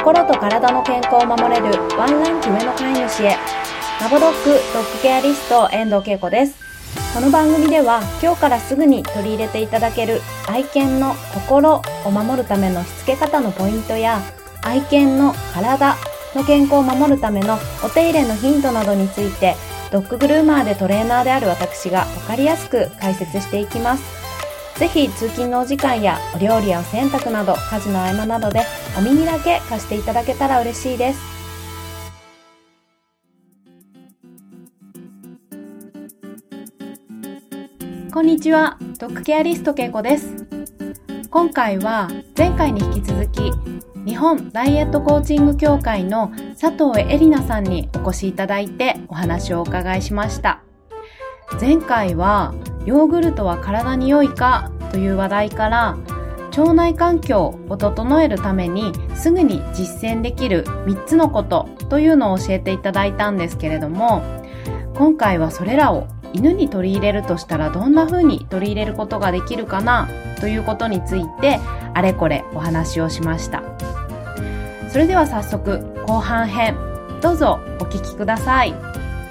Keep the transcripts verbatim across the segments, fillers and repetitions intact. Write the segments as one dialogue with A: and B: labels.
A: 心と体の健康を守れるワンランク上の飼い主へ。ラボドッグドッグケアリスト遠藤恵子です。この番組では今日からすぐに取り入れていただける愛犬の心を守るためのしつけ方のポイントや、愛犬の体の健康を守るためのお手入れのヒントなどについて、ドッググルーマーでトレーナーである私が分かりやすく解説していきます。ぜひ通勤のお時間やお料理やお洗濯など家事の合間などでお耳だけ貸していただけたら嬉しいです。こんにちは、ドッグケアリスト恵子です。今回は前回に引き続き日本ダイエットコーチング協会の佐藤恵里奈さんにお越しいただいてお話をお伺いしました。前回はヨーグルトは体に良いかという話題から、腸内環境を整えるためにすぐに実践できるみっつのことというのを教えていただいたんですけれども、今回はそれらを犬に取り入れるとしたらどんな風に取り入れることができるかなということについてあれこれお話をしました。それでは早速後半編、どうぞお聞きください。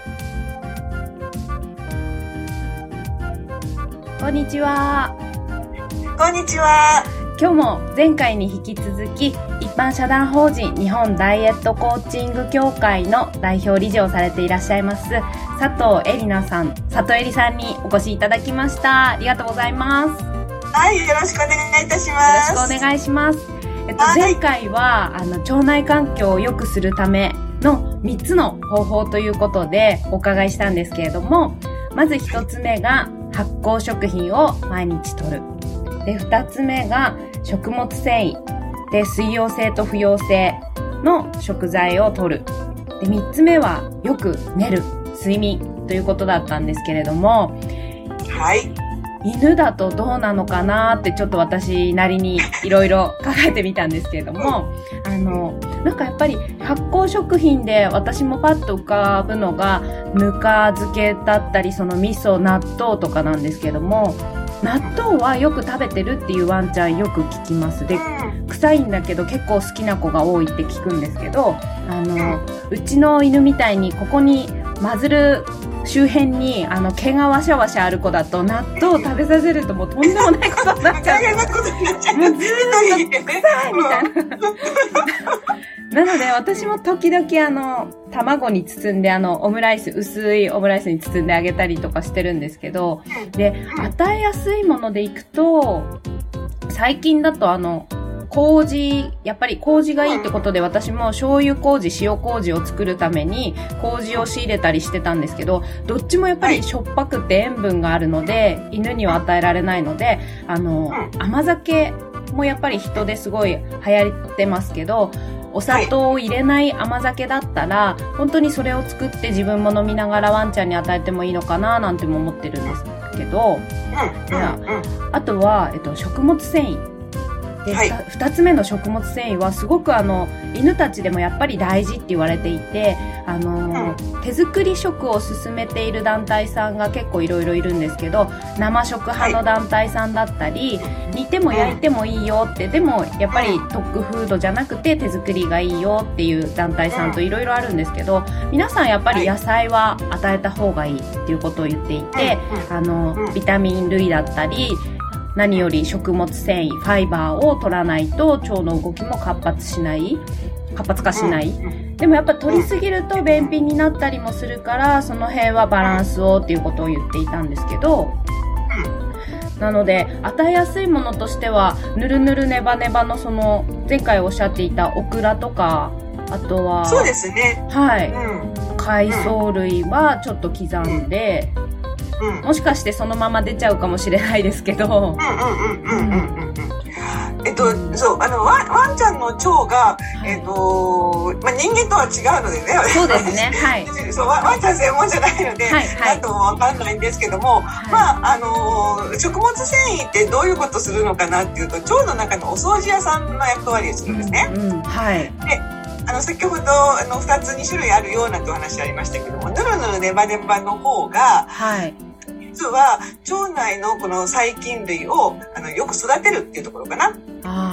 A: こんにちは。
B: こんにちは。
A: 今日も前回に引き続き、一般社団法人日本ダイエットコーチング協会の代表理事をされていらっしゃいます佐藤恵里奈さん、佐藤恵里さんにお越しいただきました。ありがとうございます。
B: はい、よろしくお願いいたします。
A: よろしくお願いします。えっと、前回はあの腸内環境を良くするためのみっつの方法ということでお伺いしたんですけれども、まずひとつめが発酵食品を毎日摂る。で、ふたつめが食物繊維。で、水溶性と不溶性の食材を摂る。で、みっつめはよく寝る。睡眠ということだったんですけれども、
B: はい。
A: 犬だとどうなのかなってちょっと私なりにいろいろ考えてみたんですけれども、あの、なんかやっぱり発酵食品で私もパッと浮かぶのがぬか漬けだったり、その味噌、納豆とかなんですけども、納豆はよく食べてるっていうワンちゃんよく聞きます。で、臭いんだけど結構好きな子が多いって聞くんですけど、あの、うちの犬みたいにここにマズル周辺にあの毛がワシャワシャある子だと納豆を食べさせるともうとんでもないことになっちゃう。
B: 大変なことになっちゃう。
A: もうずーっと臭いみたいな。なので私も時々あの卵に包んであのオムライス、薄いオムライスに包んであげたりとかしてるんですけど、で、与えやすいものでいくと、最近だとあの麹、やっぱり麹がいいってことで私も醤油麹、塩麹を作るために麹を仕入れたりしてたんですけど、どっちもやっぱりしょっぱくて塩分があるので犬には与えられないので、あの甘酒もやっぱり人ですごい流行ってますけど、お砂糖を入れない甘酒だったら本当にそれを作って自分も飲みながらワンちゃんに与えてもいいのかななんても思ってるんですけど、あとは、えっと、食物繊維で、はい、ふたつめの食物繊維はすごくあの犬たちでもやっぱり大事って言われていて、あの、うん、手作り食を進めている団体さんが結構いろいろいるんですけど、生食派の団体さんだったり、はい、煮ても焼いてもいいよって、でもやっぱりドッグフードじゃなくて手作りがいいよっていう団体さんといろいろあるんですけど、皆さんやっぱり野菜は与えた方がいいっていうことを言っていて、あのビタミン類だったり何より食物繊維、ファイバーを取らないと腸の動きも活発しない、活発化しない。でもやっぱ取りすぎると便秘になったりもするから、その辺はバランスをっていうことを言っていたんですけど、なので与えやすいものとしてはぬるぬるネバネバのその前回おっしゃっていたオクラとか、あとは
B: そうですね、
A: はい、うん、海藻類はちょっと刻んで、うん、もしかしてそのまま出ちゃうかもしれないですけど、
B: えっと、そう、あの、ワン、ワンちゃんの腸が、はい、えっと、まあ、人間とは違うのでね。
A: そうですね。はい。
B: そう、ワンちゃん専門じゃないので、はい、はい、なんともわかんないんですけども、はい、まあ、あの、食物繊維ってどういうことするのかなっていうと、腸の中のお掃除屋さんの役割をするんですね。
A: うん、うん、はい。
B: で、あの、先ほど、あの、二つ、二種類あるようなとお話ありましたけども、ぬるぬるネバネバの方が、はい。実は腸内のこの細菌類をあのよく育てるっていうところかな。
A: あ、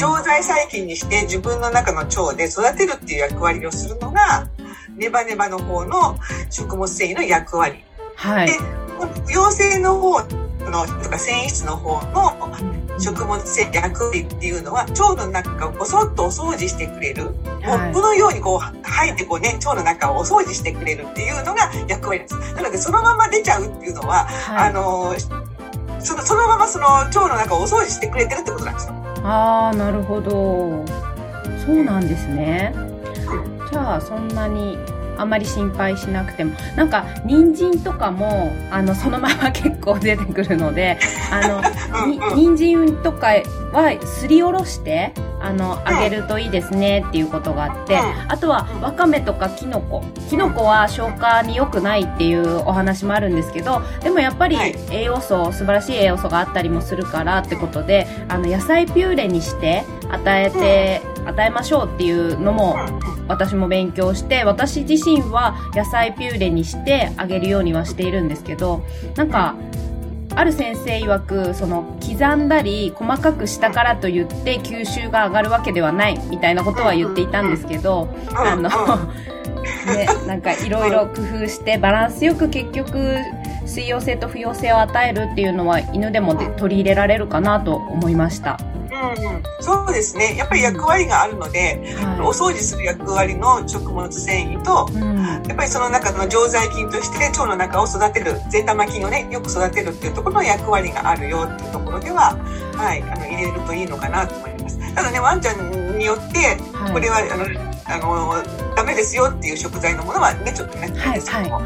B: 腸内細菌にして自分の中の腸で育てるっていう役割をするのが、ネバネバの方の食物繊維の役割。
A: はい。
B: で、不溶性の方のとか繊維質の方の食物繊維役割っていうのは、腸の中をこそっとお掃除してくれる。モップのようにこう入ってこうね、腸の中をお掃除してくれるっていうのが役割です。なのでそのまま出ちゃうっていうのは、はい、あの、その、そのままその腸の中をお掃除してくれてるってことなんですよ。
A: ああ、なるほど。そうなんですね。じゃあそんなにあまり心配しなくても、なんか人参とかもあのそのまま結構出てくるので、あのうん、人参とかはすりおろしてあの揚げるといいですねっていうことがあって、あとはわかめとかきのこ、きのこは消化に良くないっていうお話もあるんですけど、でもやっぱり栄養素、素晴らしい栄養素があったりもするからってことで、あの野菜ピューレにして与えて、与えましょうっていうのも私も勉強して、私自身は野菜ピューレにしてあげるようにはしているんですけど、なんかある先生曰く、その刻んだり細かくしたからといって吸収が上がるわけではないみたいなことは言っていたんですけど、あのね、なんかいろいろ工夫してバランスよく結局水溶性と不溶性を与えるっていうのは犬でも取り入れられるかなと思いました。
B: うんうん、そうですね。やっぱり役割があるので、はい、お掃除する役割の食物繊維と、うん、やっぱりその中の常在菌として腸の中を育てる、善玉菌をね、よく育てるっていうところの役割があるよっていうところでは、はい、あの入れるといいのかなと思います。ただね、ワンちゃんによって、これは、はい、あの、あの、ダメですよっていう食材のものはね、ちょっとね、はい、ですけども、はい、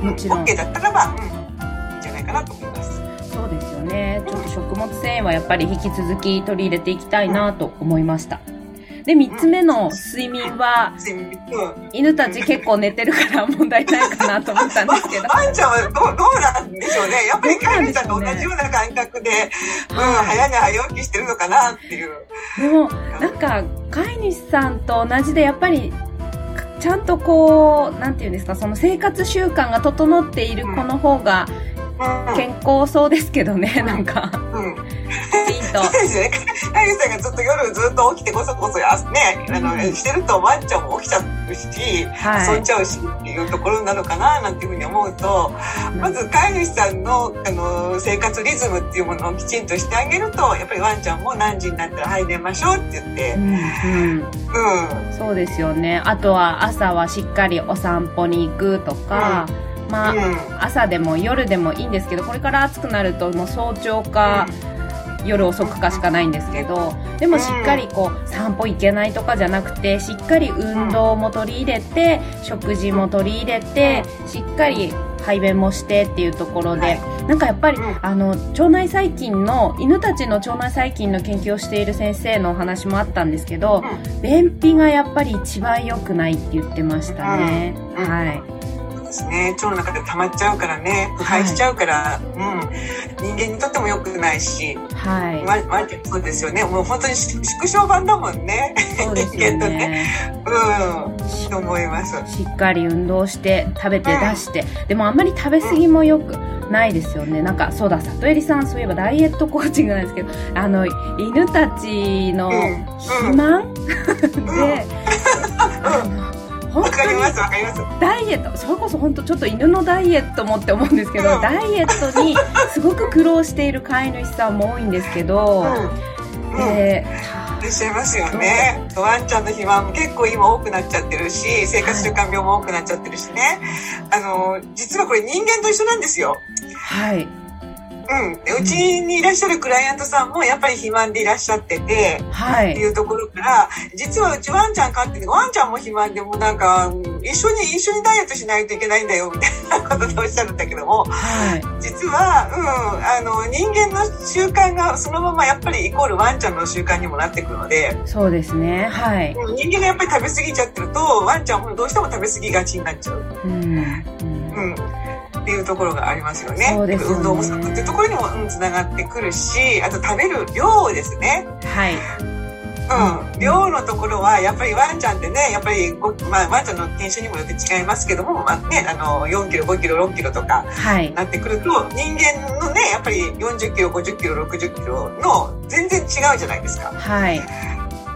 B: もちろん OK だったらば、うん、いいんじゃないかなと思います。
A: そうですよね。ちょっと食物繊維はやっぱり引き続き取り入れていきたいなと思いました。で、三つ目の睡眠は、犬たち結構寝てるから問題ないかなと思ったんですけど。
B: ワンちゃんはどう、どうなんでしょうね。やっぱり飼い主さんと同じような感覚で、うん、早寝早起きしてるのかなっていう。
A: でも、なんか、飼い主さんと同じでやっぱり、ちゃんとこう、なんていうんですか、その生活習慣が整っている子の方が、健康そうですけどね、うん、なんか。うん。いいと。
B: そうですね。飼い主さんがずっと夜ずっと起きてこそこそね、あの、うん、してるとワンちゃんも起きちゃうし、はい、遊んじゃうしっていうところなのかな、なんていうふうに思うと、まず飼い主さんの、あの、生活リズムっていうものをきちんとしてあげると、やっぱりワンちゃんも何時になったらはい寝ましょうって言って。うん。うん。うん、
A: そうですよね。あとは朝はしっかりお散歩に行くとか、うんまあ、うん、朝でも夜でもいいんですけど、これから暑くなるともう早朝か、うん、夜遅くかしかないんですけど、でもしっかりこう散歩行けないとかじゃなくて、しっかり運動も取り入れて、食事も取り入れて、しっかり排便もしてっていうところで、なんかやっぱり、あの腸内細菌の犬たちの腸内細菌の研究をしている先生のお話もあったんですけど、便秘がやっぱり一番良くないって言ってましたね。はい。
B: ですね、腸の中で溜まっちゃうからね、腐敗しちゃうから、はい、うん、人間にとっても良くないし、はい、ま、ま、そうですよね、もう本当に縮小版だもんね、
A: そうですよね、人間とね、
B: うん、と思います。
A: しっかり運動して食べて出して、うん、でもあんまり食べ過ぎも良くないですよね。なんかそうだ、里襟さんそういえばダイエットコーチングなんですけど、あの犬たちの肥満、うんうん、で、あの
B: わかりますわかります。
A: ダイエット、それこそ本当ちょっと犬のダイエットもって思うんですけど、うん、ダイエットにすごく苦労している飼い主さんも多いんですけど、
B: うん、で、いらっしゃいますよね。ワンちゃんの肥満も結構今多くなっちゃってるし、生活習慣病も多くなっちゃってるしね。はい、あの実はこれ人間と一緒なんですよ。
A: はい。
B: うん、うちにいらっしゃるクライアントさんもやっぱり肥満でいらっしゃってて、はい、っていうところから、実はうちワンちゃん飼ってて、ワンちゃんも肥満でもなんか一緒に一緒にダイエットしないといけないんだよみたいなことでおっしゃるんだけども、はい、実は、うん、あの人間の習慣がそのままやっぱりイコールワンちゃんの習慣にもなってくるので、
A: そうですね、はい、
B: 人間がやっぱり食べ過ぎちゃってるとワンちゃんもどうしても食べ過ぎがちになっちゃう。うん、うんっていうところがありますよね。そうですよね。運動不足っていうところにも、うん、つながってくるし、あと食べる量ですね。はい。うん。量のところは、やっぱりワンちゃんってね、やっぱり、まあ、ワンちゃんの犬種にもよって違いますけども、まあね、あの、よんキロ、ごキロ、ろっキロとか、なってくると、はい、人間のね、やっぱりよんじゅっキロ、ごじゅっキロ、ろくじゅっキロの全然違うじゃないですか。はい。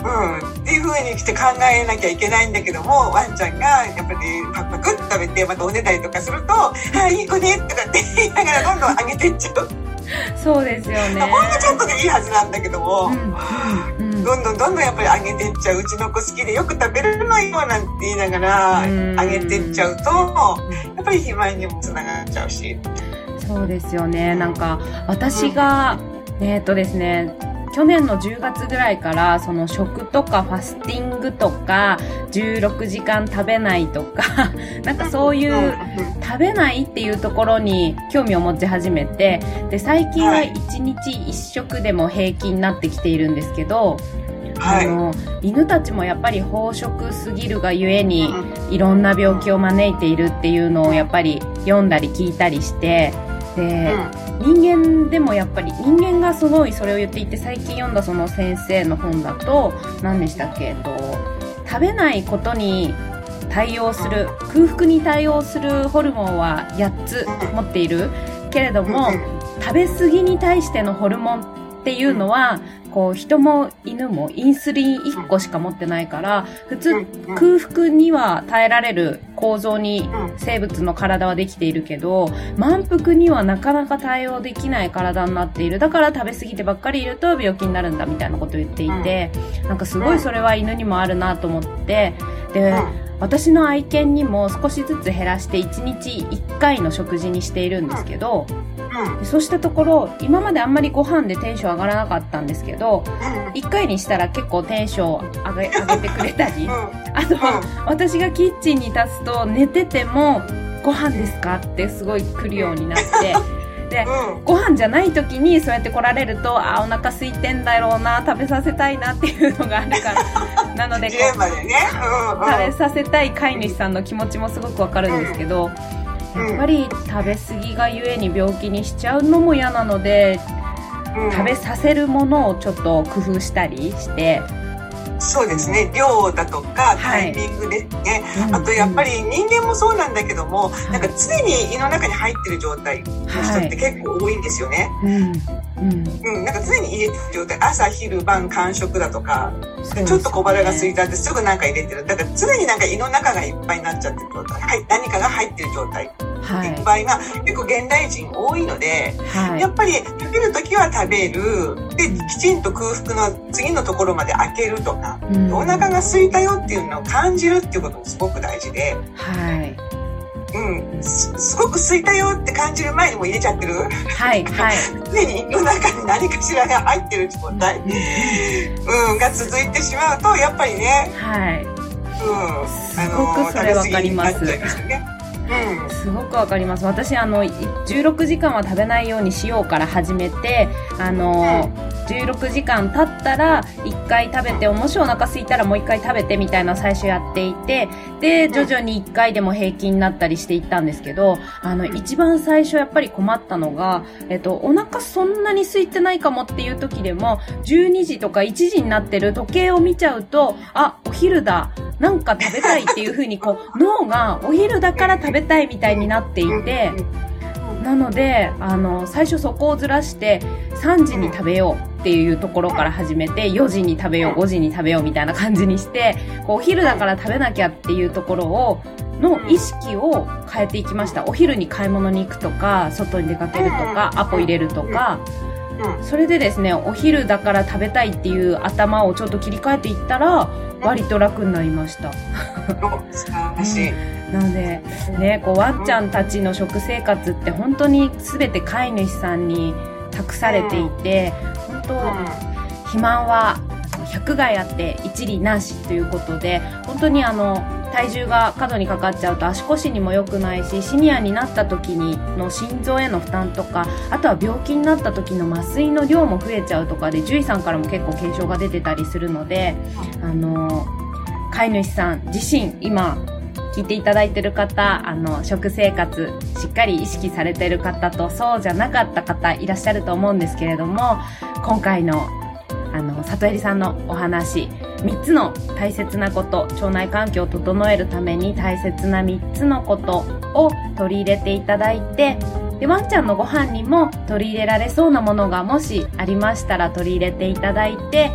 B: うん、っていう風にして考えなきゃいけないんだけども、ワンちゃんがやっぱりパクパクっと食べてまたおねだりとかすると、ああいい子ねとかって言いながらどんどんあげてっちゃう。
A: そうですよね。
B: ほんのちょっとでいいはずなんだけども、うんうんうん、どんどんどんどんやっぱりあげてっちゃう。うちの子好きでよく食べるのよなんて言いながらあげてっちゃうと、やっぱり肥満にもつながっちゃうし。
A: そうですよね。なんか私が、うん、えっとですね去年のじゅうがつぐらいからその食とかファスティングとかじゅうろくじかん食べないとかなんかそういう食べないっていうところに興味を持ち始めて、で最近はいちにちいっしょくでも平気になってきているんですけど、はい、あの犬たちもやっぱり飽食すぎるがゆえにいろんな病気を招いているっていうのをやっぱり読んだり聞いたりして、で、うん、人間でもやっぱり人間がすごいそれを言っていて、最近読んだその先生の本だと何でしたっけ、えっと食べないことに対応する、空腹に対応するホルモンはやっつ持っているけれども、食べ過ぎに対してのホルモンっていうのはこう人も犬もインスリンいっこしか持ってないから、普通空腹には耐えられる構造に生物の体はできているけど、満腹にはなかなか対応できない体になっている。だから食べ過ぎてばっかりいると病気になるんだみたいなことを言っていて、なんかすごいそれは犬にもあるなと思って、で私の愛犬にも少しずつ減らしていちにちいっかいの食事にしているんですけど、うん、そうしたところ今まであんまりご飯でテンション上がらなかったんですけど、いっかいにしたら結構テンション上げ、上げてくれたり、あとは私がキッチンに立つと寝ててもご飯ですかってすごい来るようになってで、うん、ご飯じゃない時にそうやって来られると、あお腹空いてんだろうな、食べさせたいなっていうのがあるからなのでこう、
B: までねうんうん、
A: 食べさせたい飼い主さんの気持ちもすごくわかるんですけど、うん、やっぱり食べ過ぎがゆえに病気にしちゃうのも嫌なので、うん、食べさせるものをちょっと工夫したりして、
B: そうですね、量だとかタイミングですね、はい、あとやっぱり人間もそうなんだけども、はい、なんか常に胃の中に入ってる状態の人って結構多いんですよね、はいうんうん、なんか常に入れてる状態、朝昼晩間食だとか、ね、ちょっと小腹が空いたってすぐなんか入れてる、だから常になんか胃の中がいっぱいになっちゃってる状態、はい、何かが入ってる状態はい、場合が結構現代人多いので、はい、やっぱり食べるときは食べるで、きちんと空腹の次のところまで開けるとか、うん、お腹が空いたよっていうのを感じるっていうこともすごく大事で、はいうん、す, すごく空いたよって感じる前にも入れちゃってる、はいはい、常に胃の中に何かしらが入ってる状態、うん、が続いてしまうとやっぱりね、はいうん、
A: すごくそれわかります。うん、すごくわかります。私あのじゅうろくじかんは食べないようにしようから始めて、あの、うん、じゅうろくじかん経ったらいっかい食べて、もしお腹空いたらもういっかい食べてみたいな最初やっていて、で徐々にいっかいでも平気になったりしていったんですけど、あの一番最初やっぱり困ったのが、えっとお腹そんなに空いてないかもっていう時でもじゅうにじとかいちじになってる時計を見ちゃうと、あお昼だ、なんか食べたいっていう風にこう脳がお昼だから食べたいみたいになっていて、なのであの最初そこをずらしてさんじに食べようっていうところから始めて、よじに食べようごじに食べようみたいな感じにして、こうお昼だから食べなきゃっていうところをの意識を変えていきました。お昼に買い物に行くとか、外に出かけるとか、アポ入れるとか、それでですね、お昼だから食べたいっていう頭をちょっと切り替えていったら割と楽になりました。
B: 素晴らしい。
A: なのでね、こうワンちゃんたちの食生活って本当に全て飼い主さんに託されていて、本当肥満は百害あって一利なしということで、本当にあの体重が過度にかかっちゃうと足腰にも良くないし、シニアになった時にの心臓への負担とか、あとは病気になった時の麻酔の量も増えちゃうとかで、獣医さんからも結構警鐘が出てたりするので、あの飼い主さん自身今聞いていただいている方、あの食生活しっかり意識されている方とそうじゃなかった方いらっしゃると思うんですけれども、今回のあの里えりさんのお話、みっつの大切なこと、腸内環境を整えるために大切なみっつのことを取り入れていただいて、でワンちゃんのご飯にも取り入れられそうなものがもしありましたら取り入れていただいて、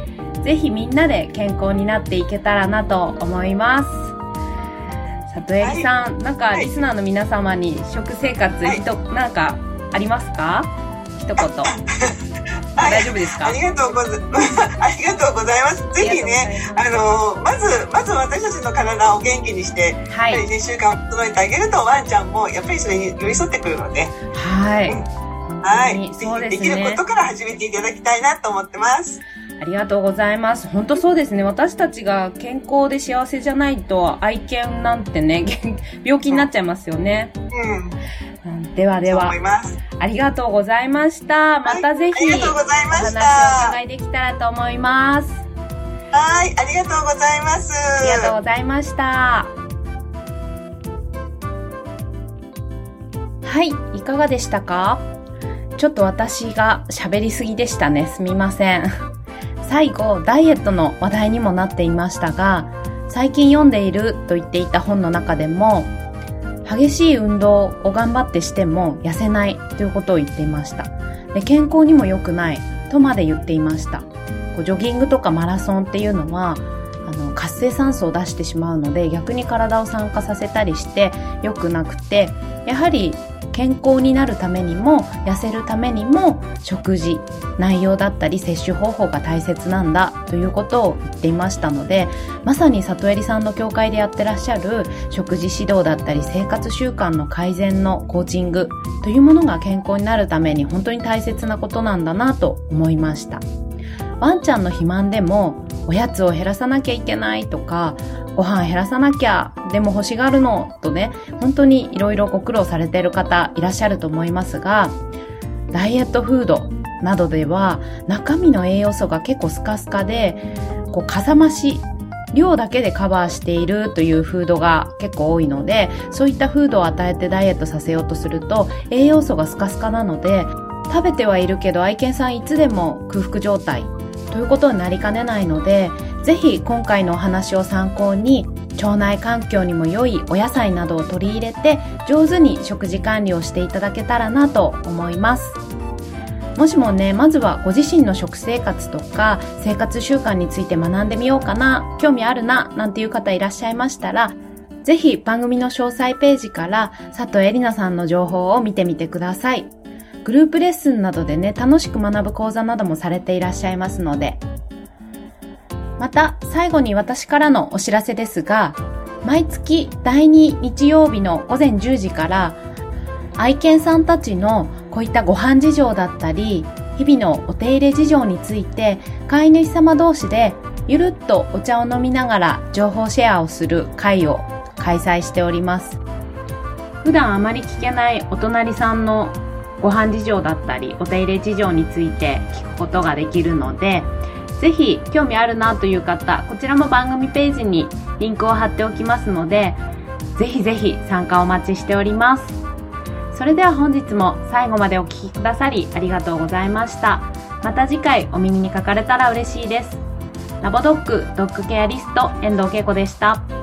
A: ぜひみんなで健康になっていけたらなと思います。里襟さん、はい、なんかリスナーの皆様に食生活、はい、なんかありますか？一言。
B: はい、
A: 大丈夫ですか？
B: ありがとうございます。ありがとうございます。ぜひね、あの、まず、まず私たちの体を元気にして、はい、やっぱりね、習慣を整えてあげると、ワンちゃんも、やっぱりそれに寄り添ってくるので。
A: はい。
B: うん、はい。そうですね。できることから始めていただきたいなと思ってます。
A: ありがとうございます。本当そうですね。私たちが健康で幸せじゃないと、愛犬なんてね、病気になっちゃいますよね。うん。うん、ではでは。
B: そう思います。
A: ありがとうございました。またぜひ、
B: はい、ありがとうございました。お
A: 話をお伺いできたらと思います。
B: はい、ありがとうございます。
A: ありがとうございました。はい、いかがでしたか？ちょっと私が喋りすぎでしたね。すみません。最後、ダイエットの話題にもなっていましたが、最近読んでいると言っていた本の中でも、激しい運動を頑張ってしても痩せないということを言っていました。で、健康にも良くないとまで言っていました。こうジョギングとかマラソンっていうのは、あの活性酸素を出してしまうので、逆に体を酸化させたりして良くなくて、やはり健康になるためにも痩せるためにも食事内容だったり摂取方法が大切なんだということを言っていましたので、まさに里襟さんの協会でやってらっしゃる食事指導だったり生活習慣の改善のコーチングというものが健康になるために本当に大切なことなんだなと思いました。ワンちゃんの肥満でもおやつを減らさなきゃいけないとか、ご飯減らさなきゃ、でも欲しがるのとね、本当にいろいろご苦労されている方いらっしゃると思いますが、ダイエットフードなどでは中身の栄養素が結構スカスカで、こうかさ増し、量だけでカバーしているというフードが結構多いので、そういったフードを与えてダイエットさせようとすると栄養素がスカスカなので、食べてはいるけど愛犬さんいつでも空腹状態ということになりかねないので、ぜひ今回のお話を参考に腸内環境にも良いお野菜などを取り入れて上手に食事管理をしていただけたらなと思います。もしもね、まずはご自身の食生活とか生活習慣について学んでみようかな、興味あるななんていう方いらっしゃいましたら、ぜひ番組の詳細ページから里襟名さんの情報を見てみてください。グループレッスンなどでね、楽しく学ぶ講座などもされていらっしゃいますので。また、最後に私からのお知らせですが、毎月だいに日曜日のごぜんじゅうじから、愛犬さんたちのこういったご飯事情だったり、日々のお手入れ事情について、飼い主様同士でゆるっとお茶を飲みながら情報シェアをする会を開催しております。普段あまり聞けないお隣さんのご飯事情だったり、お手入れ事情について聞くことができるので、ぜひ興味あるなという方、こちらも番組ページにリンクを貼っておきますので、ぜひぜひ参加お待ちしております。それでは本日も最後までお聞きくださりありがとうございました。また次回お耳にかかれたら嬉しいです。ラボドッグドッグケアリスト遠藤恵子でした。